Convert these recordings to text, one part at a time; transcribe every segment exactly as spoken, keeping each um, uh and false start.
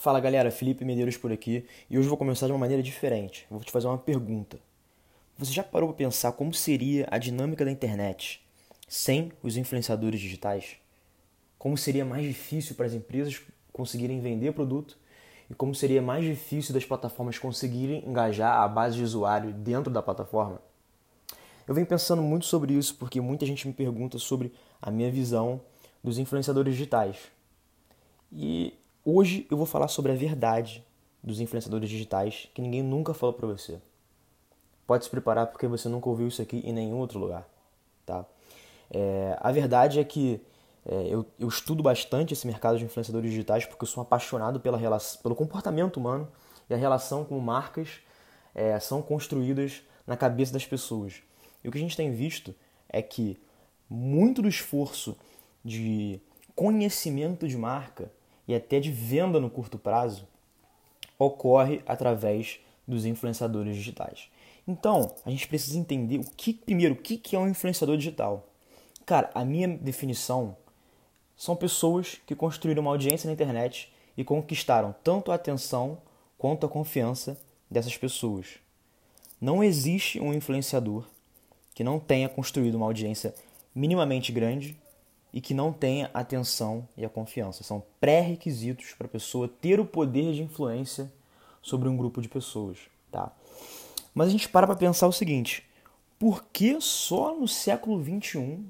Fala galera, Felipe Medeiros por aqui e hoje eu vou começar de uma maneira diferente. Vou te fazer uma pergunta. Você já parou para pensar como seria a dinâmica da internet sem os influenciadores digitais? Como seria mais difícil para as empresas conseguirem vender produto e como seria mais difícil das plataformas conseguirem engajar a base de usuário dentro da plataforma? Eu venho pensando muito sobre isso porque muita gente me pergunta sobre a minha visão dos influenciadores digitais. E hoje eu vou falar sobre a verdade dos influenciadores digitais que ninguém nunca falou para você. Pode se preparar porque você nunca ouviu isso aqui em nenhum outro lugar, tá? É, a verdade é que é, eu, eu estudo bastante esse mercado de influenciadores digitais porque eu sou apaixonado pela relação, pelo comportamento humano e a relação como marcas é, são construídas na cabeça das pessoas. E o que a gente tem visto é que muito do esforço de conhecimento de marca e até de venda no curto prazo ocorre através dos influenciadores digitais. Então, a gente precisa entender o que, primeiro, o que é um influenciador digital. Cara, a minha definição são pessoas que construíram uma audiência na internet e conquistaram tanto a atenção quanto a confiança dessas pessoas. Não existe um influenciador que não tenha construído uma audiência minimamente grande e que não tenha a atenção e a confiança. São pré-requisitos para a pessoa ter o poder de influência sobre um grupo de pessoas, tá? Mas a gente para para pensar o seguinte: por que só no século vinte e um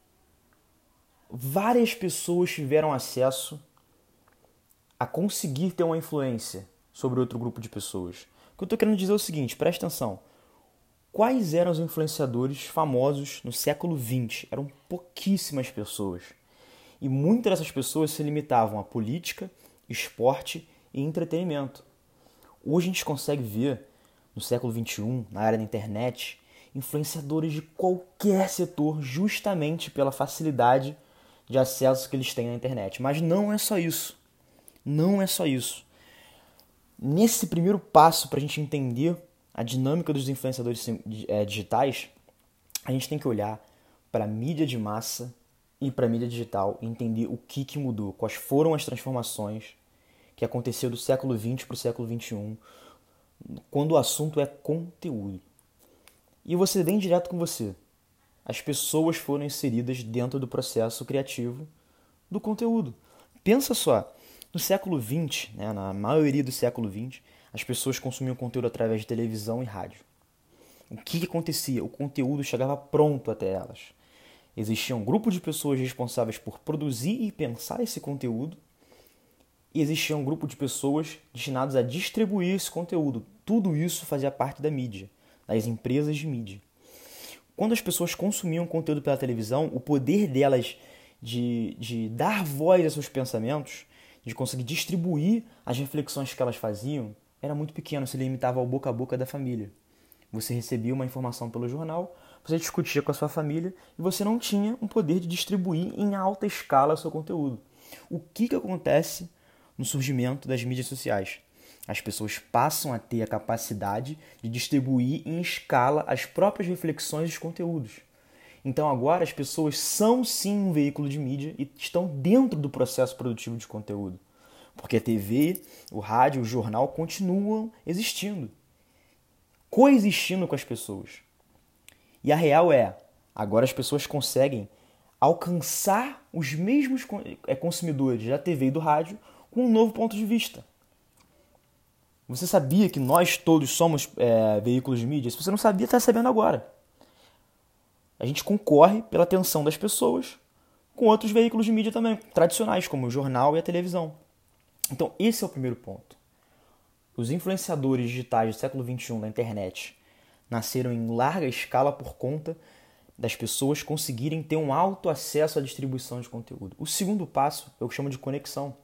várias pessoas tiveram acesso a conseguir ter uma influência sobre outro grupo de pessoas? O que eu estou querendo dizer é o seguinte, presta atenção. Quais eram os influenciadores famosos no século vinte? Eram pouquíssimas pessoas. E muitas dessas pessoas se limitavam a política, esporte e entretenimento. Hoje a gente consegue ver, no século vinte e um, na área da internet, influenciadores de qualquer setor justamente pela facilidade de acesso que eles têm na internet. Mas não é só isso. Não é só isso. Nesse primeiro passo para a gente entender a dinâmica dos influenciadores digitais, a gente tem que olhar para a mídia de massa e para a mídia digital e entender o que, que mudou, quais foram as transformações que aconteceu do século vinte para o século vinte e um, quando o assunto é conteúdo. E eu vou ser bem direto com você. As pessoas foram inseridas dentro do processo criativo do conteúdo. Pensa só, no século vinte, né, na maioria do século vinte, as pessoas consumiam conteúdo através de televisão e rádio. O que, que acontecia? O conteúdo chegava pronto até elas. Existia um grupo de pessoas responsáveis por produzir e pensar esse conteúdo e existia um grupo de pessoas destinadas a distribuir esse conteúdo. Tudo isso fazia parte da mídia, das empresas de mídia. Quando as pessoas consumiam conteúdo pela televisão, o poder delas de, de dar voz a seus pensamentos, de conseguir distribuir as reflexões que elas faziam, era muito pequeno, se limitava ao boca a boca da família. Você recebia uma informação pelo jornal, você discutia com a sua família e você não tinha um poder de distribuir em alta escala o seu conteúdo. O que, que acontece no surgimento das mídias sociais? As pessoas passam a ter a capacidade de distribuir em escala as próprias reflexões e os conteúdos. Então agora as pessoas são sim um veículo de mídia e estão dentro do processo produtivo de conteúdo. Porque a T V, o rádio, o jornal continuam existindo, coexistindo com as pessoas. E a real é, agora as pessoas conseguem alcançar os mesmos consumidores da T V e do rádio com um novo ponto de vista. Você sabia que nós todos somos é, veículos de mídia? Se você não sabia, está sabendo agora. A gente concorre pela atenção das pessoas com outros veículos de mídia também, tradicionais, como o jornal e a televisão. Então, esse é o primeiro ponto. Os influenciadores digitais do século vinte e um da internet nasceram em larga escala por conta das pessoas conseguirem ter um alto acesso à distribuição de conteúdo. O segundo passo é o que eu chamo de conexão,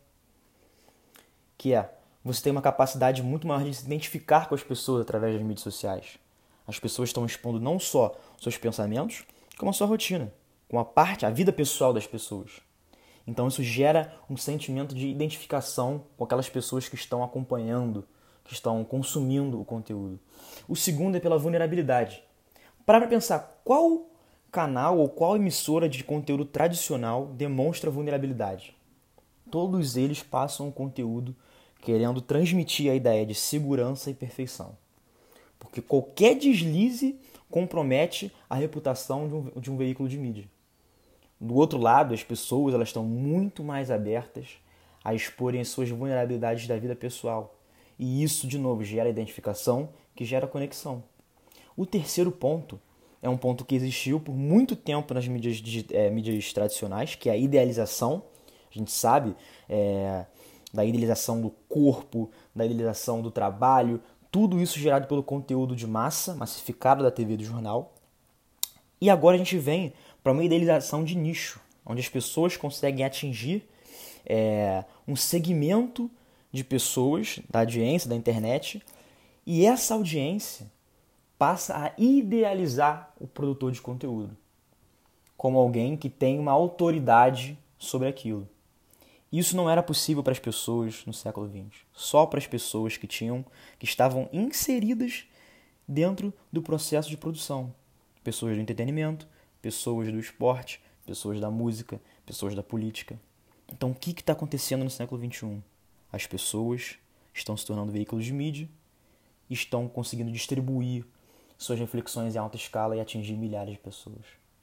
que é você tem uma capacidade muito maior de se identificar com as pessoas através das mídias sociais. As pessoas estão expondo não só seus pensamentos, como a sua rotina, com a parte, a vida pessoal das pessoas. Então isso gera um sentimento de identificação com aquelas pessoas que estão acompanhando, que estão consumindo o conteúdo. O segundo é pela vulnerabilidade. Para para pensar, qual canal ou qual emissora de conteúdo tradicional demonstra vulnerabilidade? Todos eles passam um conteúdo querendo transmitir a ideia de segurança e perfeição. Porque qualquer deslize compromete a reputação de um, de um veículo de mídia. Do outro lado, as pessoas elas estão muito mais abertas a exporem as suas vulnerabilidades da vida pessoal. E isso, de novo, gera identificação, que gera conexão. O terceiro ponto é um ponto que existiu por muito tempo nas mídias, é, mídias tradicionais, que é a idealização. A gente sabe é, da idealização do corpo, da idealização do trabalho, tudo isso gerado pelo conteúdo de massa, massificado da T V e do jornal. E agora a gente vem para uma idealização de nicho, onde as pessoas conseguem atingir é, um segmento de pessoas, da audiência, da internet, e essa audiência passa a idealizar o produtor de conteúdo como alguém que tem uma autoridade sobre aquilo. Isso não era possível para as pessoas no século vinte, só para as pessoas que tinham, que estavam inseridas dentro do processo de produção. Pessoas do entretenimento, pessoas do esporte, pessoas da música, pessoas da política. Então, o que está acontecendo no século vinte e um? As pessoas estão se tornando veículos de mídia, estão conseguindo distribuir suas reflexões em alta escala e atingir milhares de pessoas.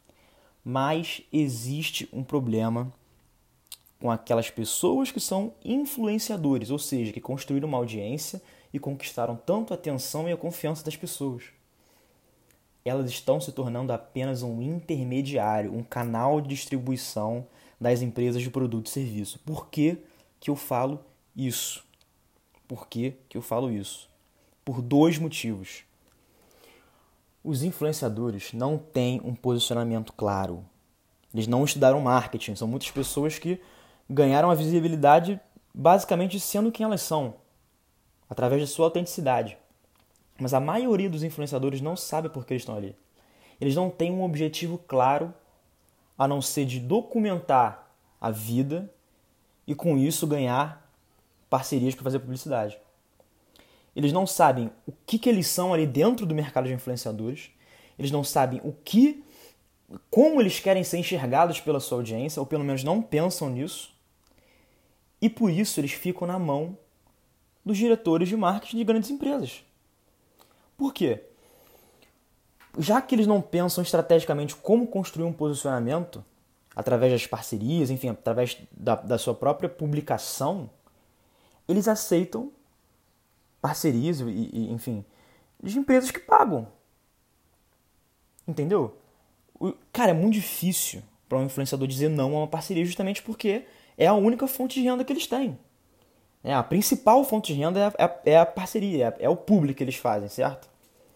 Mas existe um problema com aquelas pessoas que são influenciadores, ou seja, que construíram uma audiência e conquistaram tanto a atenção e a confiança das pessoas. Elas estão se tornando apenas um intermediário, um canal de distribuição das empresas de produto e serviço. Por que que eu falo isso? Por que que eu falo isso? Por dois motivos. Os influenciadores não têm um posicionamento claro. Eles não estudaram marketing. São muitas pessoas que ganharam a visibilidade basicamente sendo quem elas são, através de sua autenticidade. Mas a maioria dos influenciadores não sabe por que eles estão ali. Eles não têm um objetivo claro, a não ser de documentar a vida e com isso ganhar parcerias para fazer publicidade. Eles não sabem o que, que eles são ali dentro do mercado de influenciadores. Eles não sabem o que, como eles querem ser enxergados pela sua audiência, ou pelo menos não pensam nisso. E por isso eles ficam na mão dos diretores de marketing de grandes empresas. Por quê? Já que eles não pensam estrategicamente como construir um posicionamento, através das parcerias, enfim, através da, da sua própria publicação, eles aceitam parcerias, e, e, enfim, de empresas que pagam. Entendeu? O, cara, é muito difícil para um influenciador dizer não a uma parceria justamente porque é a única fonte de renda que eles têm. É, a principal fonte de renda é a, é a parceria, é, é o público que eles fazem, certo?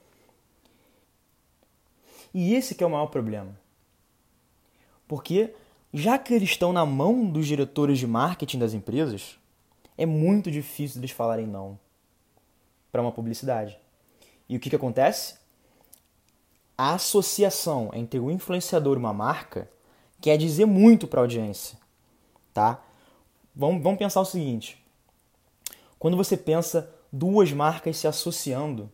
E esse que é o maior problema. Porque, já que eles estão na mão dos diretores de marketing das empresas, é muito difícil eles falarem não para uma publicidade. E o que, que acontece? A associação entre o influenciador e uma marca quer dizer muito para a audiência. Tá? Vamos, vamos pensar o seguinte. Quando você pensa duas marcas se associando,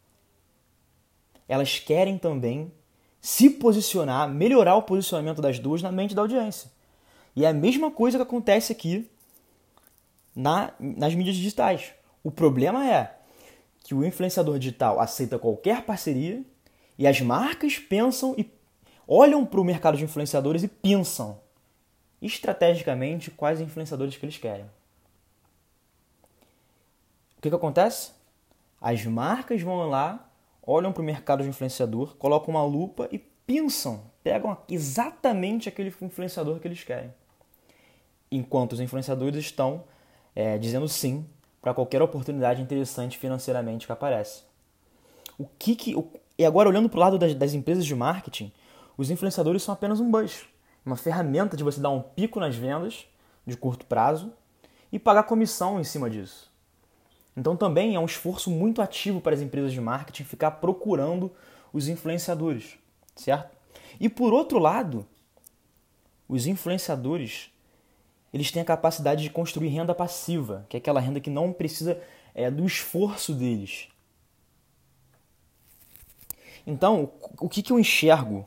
elas querem também se posicionar, melhorar o posicionamento das duas na mente da audiência. E é a mesma coisa que acontece aqui na, nas mídias digitais. O problema é que o influenciador digital aceita qualquer parceria e as marcas pensam e olham para o mercado de influenciadores e pensam estrategicamente quais influenciadores que eles querem. O que, que acontece? As marcas vão lá, olham para o mercado de influenciador, colocam uma lupa e pensam, pegam exatamente aquele influenciador que eles querem. Enquanto os influenciadores estão é, dizendo sim para qualquer oportunidade interessante financeiramente que aparece. O que que, o, e agora, olhando para o lado das, das empresas de marketing, os influenciadores são apenas um buzz, uma ferramenta de você dar um pico nas vendas de curto prazo e pagar comissão em cima disso. Então também é um esforço muito ativo para as empresas de marketing ficar procurando os influenciadores, certo? E por outro lado, os influenciadores, eles têm a capacidade de construir renda passiva, que é aquela renda que não precisa é, do esforço deles. Então, o que, que eu enxergo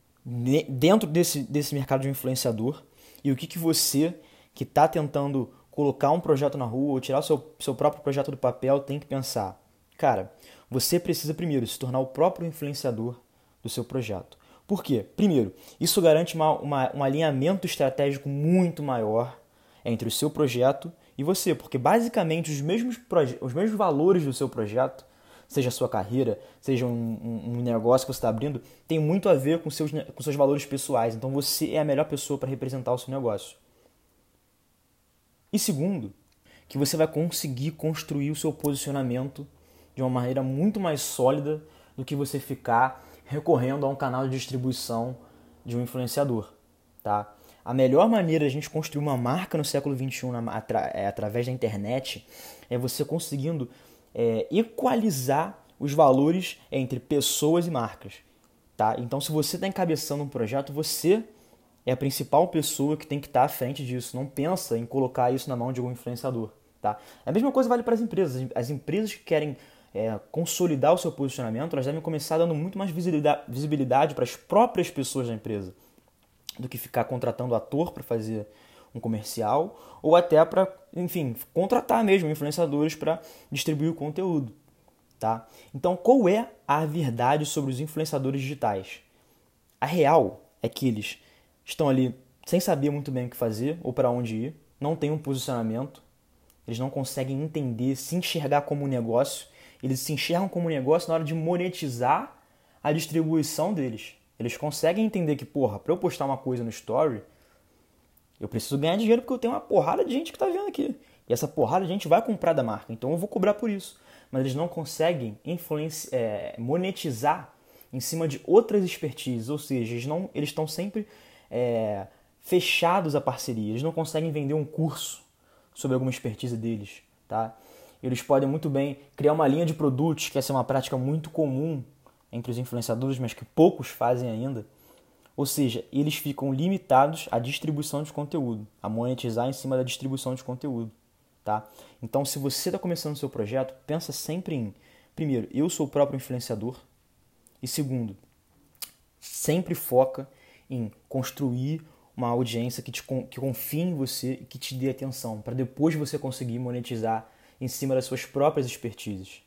dentro desse, desse mercado de influenciador e o que, que você, que está tentando colocar um projeto na rua ou tirar o seu, seu próprio projeto do papel, tem que pensar, cara, você precisa primeiro se tornar o próprio influenciador do seu projeto. Por quê? Primeiro, isso garante uma, uma, um alinhamento estratégico muito maior entre o seu projeto e você, porque basicamente os mesmos, os mesmos valores do seu projeto, seja a sua carreira, seja um, um, um negócio que você está abrindo, tem muito a ver com seus, com seus valores pessoais. Então você é a melhor pessoa para representar o seu negócio. E segundo, que você vai conseguir construir o seu posicionamento de uma maneira muito mais sólida do que você ficar recorrendo a um canal de distribuição de um influenciador, tá? A melhor maneira de a gente construir uma marca no século vinte e um na, atra, é, através da internet é você conseguindo é, equalizar os valores entre pessoas e marcas, tá? Então, se você está encabeçando um projeto, você é a principal pessoa que tem que estar à frente disso. Não pensa em colocar isso na mão de algum influenciador, tá? A mesma coisa vale para as empresas. As empresas que querem é, consolidar o seu posicionamento, elas devem começar dando muito mais visibilidade, visibilidade para as próprias pessoas da empresa do que ficar contratando ator para fazer um comercial ou até para, enfim, contratar mesmo influenciadores para distribuir o conteúdo, tá? Então, qual é a verdade sobre os influenciadores digitais? A real é que eles estão ali sem saber muito bem o que fazer ou para onde ir, não têm um posicionamento, eles não conseguem entender, se enxergar como um negócio, eles se enxergam como um negócio na hora de monetizar a distribuição deles. Eles conseguem entender que, porra, para eu postar uma coisa no Story, eu preciso ganhar dinheiro porque eu tenho uma porrada de gente que está vendo aqui. E essa porrada de gente vai comprar da marca, então eu vou cobrar por isso. Mas eles não conseguem influenci- é, monetizar em cima de outras expertises, ou seja, eles não, eles estão sempre é, fechados à parceria. Eles não conseguem vender um curso sobre alguma expertise deles, tá? Eles podem muito bem criar uma linha de produtos, que essa é uma prática muito comum entre os influenciadores, mas que poucos fazem ainda. Ou seja, eles ficam limitados à distribuição de conteúdo, a monetizar em cima da distribuição de conteúdo, tá? Então, se você está começando o seu projeto, pensa sempre em, primeiro, eu sou o próprio influenciador, e segundo, sempre foca em construir uma audiência que, te, que confie em você e que te dê atenção, para depois você conseguir monetizar em cima das suas próprias expertises.